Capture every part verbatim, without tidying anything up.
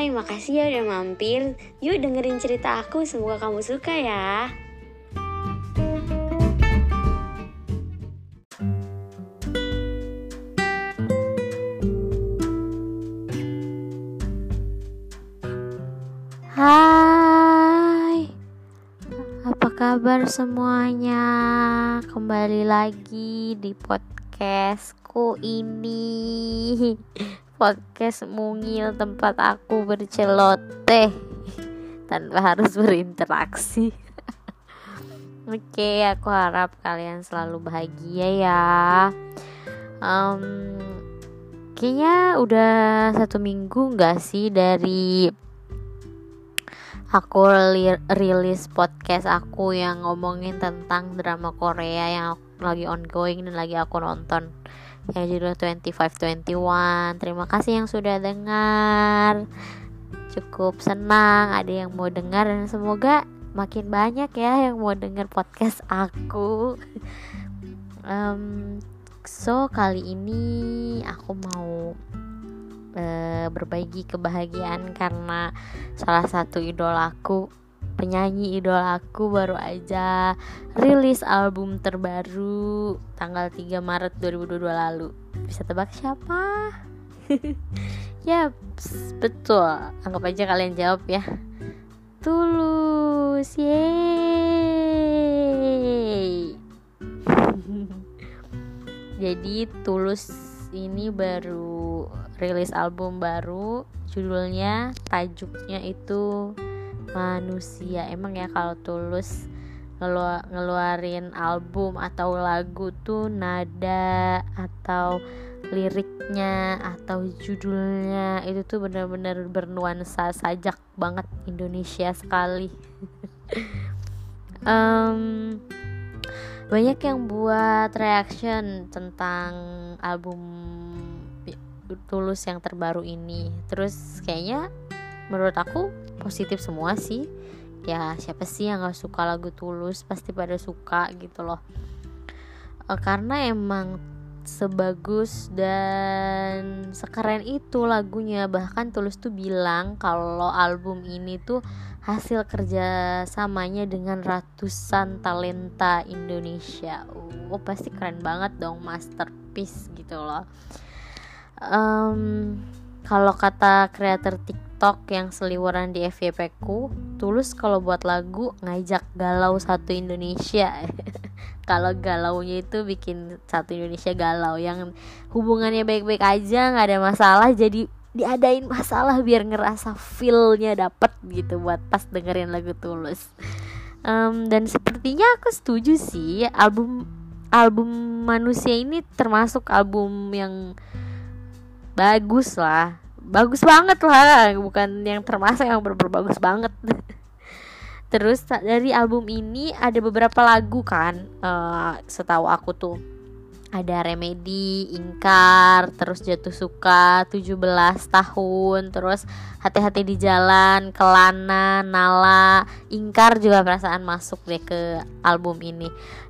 Hai, makasih ya udah mampir. Yuk dengerin cerita aku, semoga kamu suka ya. Hai, apa kabar semuanya? Kembali lagi di podcastku ini, podcast mungil tempat aku berceloteh tanpa harus berinteraksi. Oke, aku harap kalian selalu bahagia ya. um, Kayaknya udah satu minggu gak sih dari aku li- rilis podcast aku yang ngomongin tentang drama Korea yang lagi ongoing dan lagi aku nonton, yang judulnya twenty-five twenty-one. Terima kasih yang sudah dengar. Cukup senang ada yang mau dengar dan semoga makin banyak ya yang mau dengar podcast aku. um, So kali ini aku mau uh, berbagi kebahagiaan karena salah satu idolaku, penyanyi idolaku baru aja rilis album terbaru tanggal tiga Maret dua ribu dua puluh dua lalu. Bisa tebak siapa? Yaps, betul. Anggap aja kalian jawab ya. Tulus. Yeay. Jadi Tulus ini baru rilis album baru, judulnya, tajuknya itu Manusia. Emang ya kalau Tulus ngelu- ngeluarin album atau lagu tuh nada atau liriknya atau judulnya itu tuh benar-benar bernuansa sajak banget, Indonesia sekali. um, Banyak yang buat reaction tentang album Tulus yang terbaru ini. Terus kayaknya menurut aku positif semua sih. Ya siapa sih yang gak suka lagu Tulus? Pasti pada suka gitu loh. e, Karena emang sebagus dan sekeren itu lagunya. Bahkan Tulus tuh bilang kalau album ini tuh hasil kerja samanya dengan ratusan talenta Indonesia. Oh pasti keren banget dong, masterpiece gitu loh. um, Kalau kata kreator TikTok yang seliweran di F Y P ku, Tulus kalau buat lagu ngajak galau satu Indonesia. Kalau galaunya itu bikin satu Indonesia galau, yang hubungannya baik-baik aja nggak ada masalah jadi diadain masalah biar ngerasa feel-nya dapet gitu buat pas dengerin lagu Tulus. Um, dan sepertinya aku setuju sih, album album Manusia ini termasuk album yang bagus lah, bagus banget lah, bukan yang termasuk yang bener-bener bagus banget. Terus dari album ini ada beberapa lagu kan, uh, setahu aku tuh ada Remedi, Ingkar, terus Jatuh Suka, tujuh belas tahun, terus Hati-hati di Jalan, Kelana, Nala, Ingkar juga perasaan masuk deh ke album ini.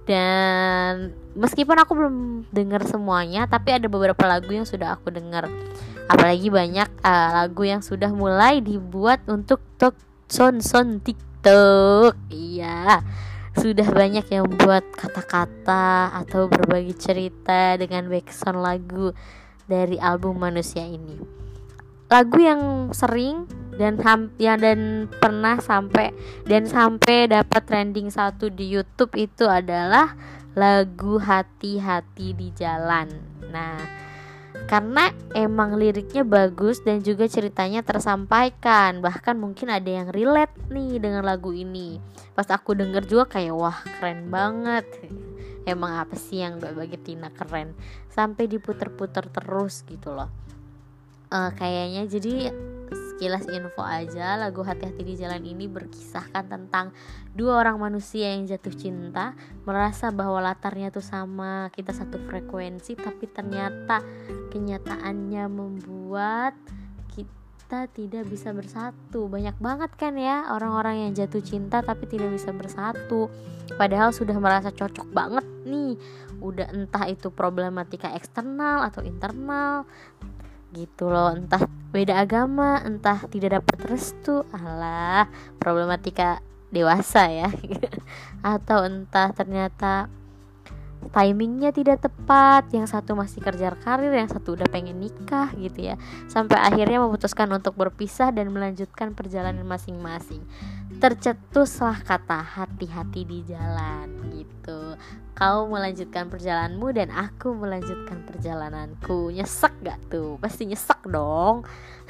Dan meskipun aku belum dengar semuanya, tapi ada beberapa lagu yang sudah aku dengar. Apalagi banyak uh, lagu yang sudah mulai dibuat untuk tok son-son TikTok. Iya. Sudah banyak yang buat kata-kata atau berbagi cerita dengan backsound lagu dari album Manusia ini. Lagu yang sering dan ham, ya, dan pernah sampai dan sampai dapat trending satu di YouTube itu adalah lagu Hati-hati di Jalan. Nah, karena emang liriknya bagus dan juga ceritanya tersampaikan. Bahkan mungkin ada yang relate nih dengan lagu ini. Pas aku denger juga kayak wah keren banget. Emang apa sih yang gak bagi Tina keren, sampai diputer-puter terus gitu loh. uh, Kayaknya jadi sekilas info aja, lagu Hati-hati di Jalan ini berkisahkan tentang dua orang manusia yang jatuh cinta, merasa bahwa latarnya tuh sama, kita satu frekuensi, tapi ternyata kenyataannya membuat kita tidak bisa bersatu. Banyak banget kan ya orang-orang yang jatuh cinta tapi tidak bisa bersatu, padahal sudah merasa cocok banget nih. Udah entah itu problematika eksternal atau internal, gitu loh. Entah beda agama, entah tidak dapat restu, alah problematika dewasa ya. Atau entah ternyata timingnya tidak tepat, yang satu masih kerja karir, yang satu udah pengen nikah gitu ya, sampai akhirnya memutuskan untuk berpisah dan melanjutkan perjalanan masing-masing. Tercetuslah kata hati-hati di jalan gitu. Kau melanjutkan perjalananmu dan aku melanjutkan perjalananku. Nyesek gak tuh? Pasti nyesek dong.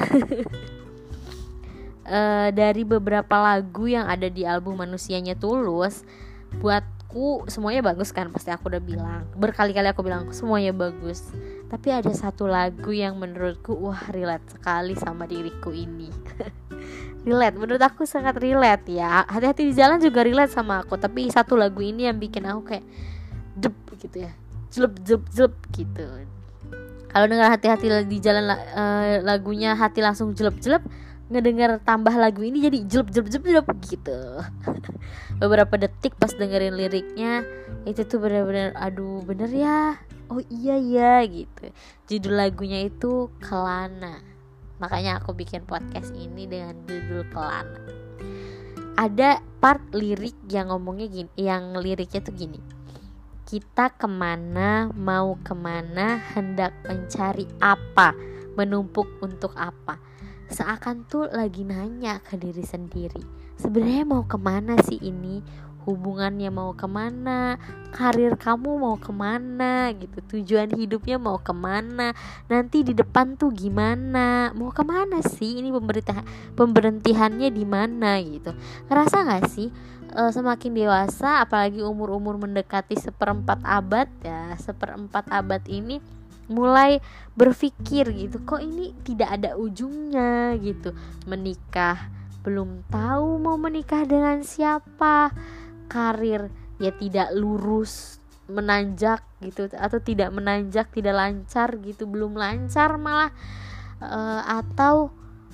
uh, Dari beberapa lagu yang ada di album Manusianya Tulus, buatku semuanya bagus kan, pasti aku udah bilang, berkali-kali aku bilang semuanya bagus. Tapi ada satu lagu yang menurutku wah relate sekali sama diriku ini. Relate, menurut aku sangat relate ya. Hati-hati di jalan juga relate sama aku. Tapi satu lagu ini yang bikin aku kayak jep gitu ya, jelep jep jep gitu. Kalau dengar hati-hati di jalan uh, lagunya hati langsung jelep-jelep, ngedengar tambah lagu ini jadi jelep-jelep-jelep gitu. Beberapa detik pas dengerin liriknya itu tuh benar-benar aduh bener ya, oh iya ya gitu. Judul lagunya itu Kelana. Makanya aku bikin podcast ini dengan judul Kelana. Ada part lirik yang ngomongnya gini, yang liriknya tuh gini: kita kemana, mau kemana, hendak mencari apa, menumpuk untuk apa. Seakan tuh lagi nanya ke diri sendiri, sebenarnya mau kemana sih ini? Hubungannya mau kemana? Karir kamu mau kemana gitu? Tujuan hidupnya mau kemana? Nanti di depan tuh gimana? Mau kemana sih? Ini pemberita- pemberhentiannya di mana gitu? Ngerasa gak sih? E, semakin dewasa, apalagi umur-umur mendekati seperempat abad ya, seperempat abad ini mulai berpikir gitu, kok ini tidak ada ujungnya gitu. Menikah belum tahu mau menikah dengan siapa, karir ya tidak lurus, menanjak gitu, atau tidak menanjak, tidak lancar gitu, belum lancar malah, e, atau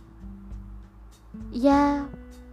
ya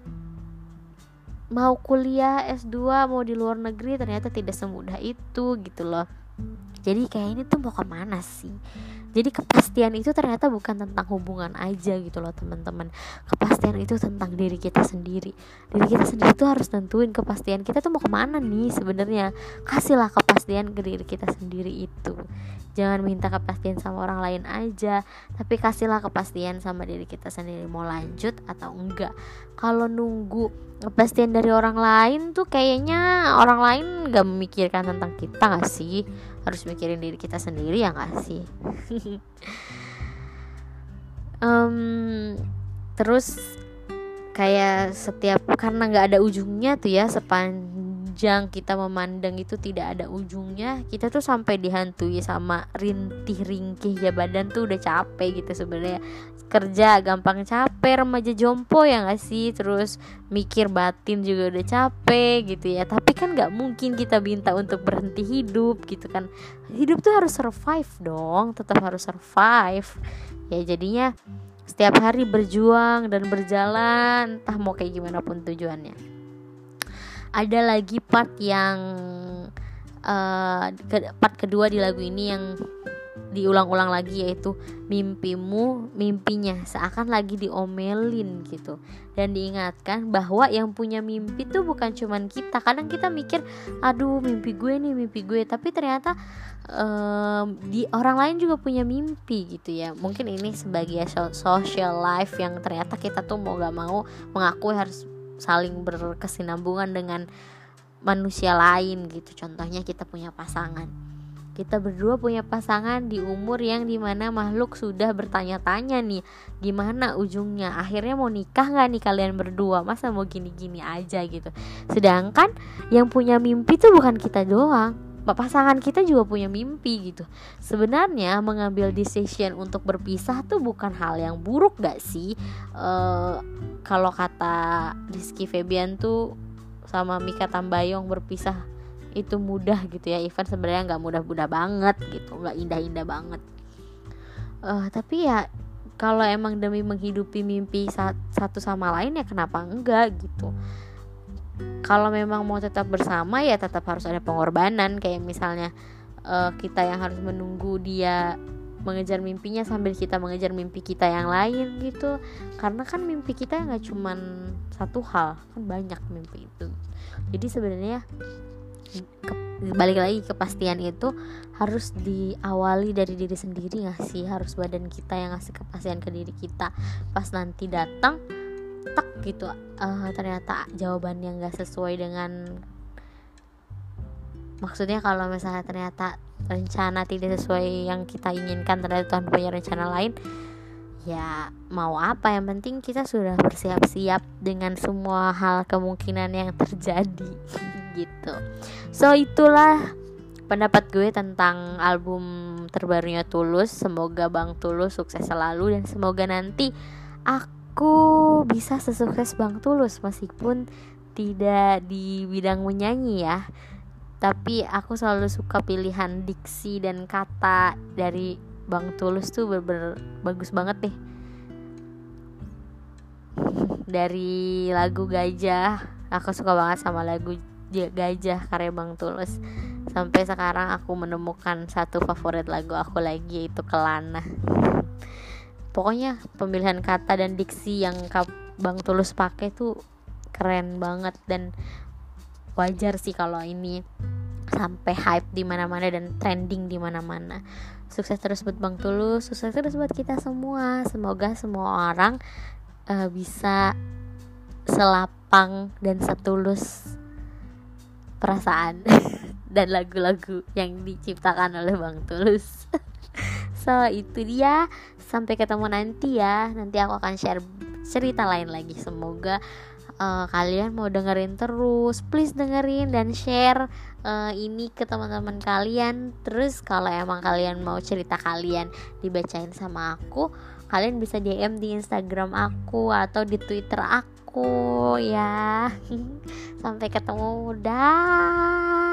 mau kuliah S dua, mau di luar negeri, ternyata tidak semudah itu gitu loh. Jadi kayak ini tuh mau kemana sih? Jadi kepastian itu ternyata bukan tentang hubungan aja gitu loh teman-teman. Kepastian itu tentang diri kita sendiri. Diri kita sendiri tuh harus tentuin kepastian kita tuh mau kemana nih sebenarnya. Kasihlah kepastian ke diri kita sendiri itu. Jangan minta kepastian sama orang lain aja, tapi kasihlah kepastian sama diri kita sendiri, mau lanjut atau enggak. Kalau nunggu kepastian dari orang lain tuh kayaknya orang lain gak memikirkan tentang kita gak sih? Harus mikirin diri kita sendiri ya gak sih? um, Terus kayak setiap, karena gak ada ujungnya tuh ya, sepanjang kita memandang itu tidak ada ujungnya, kita tuh sampai dihantui sama rintih-ringkih ya, badan tuh udah capek gitu sebenarnya. Kerja gampang capek, remaja jompo ya gak sih? Terus mikir batin juga udah capek gitu ya. Tapi kan gak mungkin kita minta untuk berhenti hidup gitu kan. Hidup tuh harus survive dong, tetap harus survive. Ya jadinya setiap hari berjuang dan berjalan, entah mau kayak gimana pun tujuannya. Ada lagi part yang uh, part kedua di lagu ini yang diulang-ulang lagi, yaitu mimpimu mimpinya, seakan lagi diomelin gitu, dan diingatkan bahwa yang punya mimpi tuh bukan cuman kita. Kadang kita mikir aduh mimpi gue nih, mimpi gue, tapi ternyata um, di orang lain juga punya mimpi gitu ya. Mungkin ini sebagai social life yang ternyata kita tuh mau gak mau mengakui harus saling berkesinambungan dengan manusia lain gitu. Contohnya kita punya pasangan, kita berdua punya pasangan di umur yang dimana makhluk sudah bertanya-tanya nih, gimana ujungnya, akhirnya mau nikah gak nih kalian berdua, masa mau gini-gini aja gitu. Sedangkan yang punya mimpi tuh bukan kita doang, pasangan kita juga punya mimpi gitu. Sebenarnya mengambil decision untuk berpisah tuh bukan hal yang buruk gak sih? Uh, kalau kata Rizky Febian tuh sama Mikha Tambayong, berpisah itu mudah gitu ya. Even sebenarnya nggak mudah-mudah banget gitu, nggak indah-indah banget. Uh, tapi ya kalau emang demi menghidupi mimpi satu sama lain ya kenapa enggak gitu. Kalau memang mau tetap bersama ya tetap harus ada pengorbanan. Kayak misalnya uh, kita yang harus menunggu dia mengejar mimpinya sambil kita mengejar mimpi kita yang lain gitu. Karena kan mimpi kita nggak cuman satu hal, kan banyak mimpi itu. Jadi sebenarnya ke- balik lagi, kepastian itu harus diawali dari diri sendiri nggak sih? Harus badan kita yang ngasih kepastian ke diri kita. Pas nanti datang tak gitu, uh, ternyata jawabannya nggak sesuai dengan, maksudnya kalau misalnya ternyata rencana tidak sesuai yang kita inginkan, ternyata Tuhan punya rencana lain, ya mau apa, yang penting kita sudah bersiap-siap dengan semua hal kemungkinan yang terjadi gitu. So itulah pendapat gue tentang album terbarunya Tulus. Semoga Bang Tulus sukses selalu, dan semoga nanti aku bisa sesukses Bang Tulus, meskipun tidak di bidang menyanyi ya. Tapi aku selalu suka pilihan diksi dan kata dari Bang Tulus tuh bener-bener bagus banget deh. Dari lagu Gajah, aku suka banget sama lagu Gajah karya Bang Tulus. Sampai sekarang aku menemukan satu favorit lagu aku lagi, yaitu Kelana. Pokoknya pemilihan kata dan diksi yang Bang Tulus pakai tuh keren banget, dan wajar sih kalau ini sampai hype di mana-mana dan trending di mana-mana. Sukses terus buat Bang Tulus, sukses terus buat kita semua. Semoga semua orang uh, bisa selapang dan setulus perasaan dan lagu-lagu yang diciptakan oleh Bang Tulus. So itu dia, sampai ketemu nanti ya. Nanti aku akan share cerita lain lagi. Semoga Uh, kalian mau dengerin terus, please dengerin dan share uh, ini ke teman-teman kalian. Terus kalau emang kalian mau cerita kalian dibacain sama aku, kalian bisa D M di Instagram aku atau di Twitter aku ya. Sampai ketemu, dah.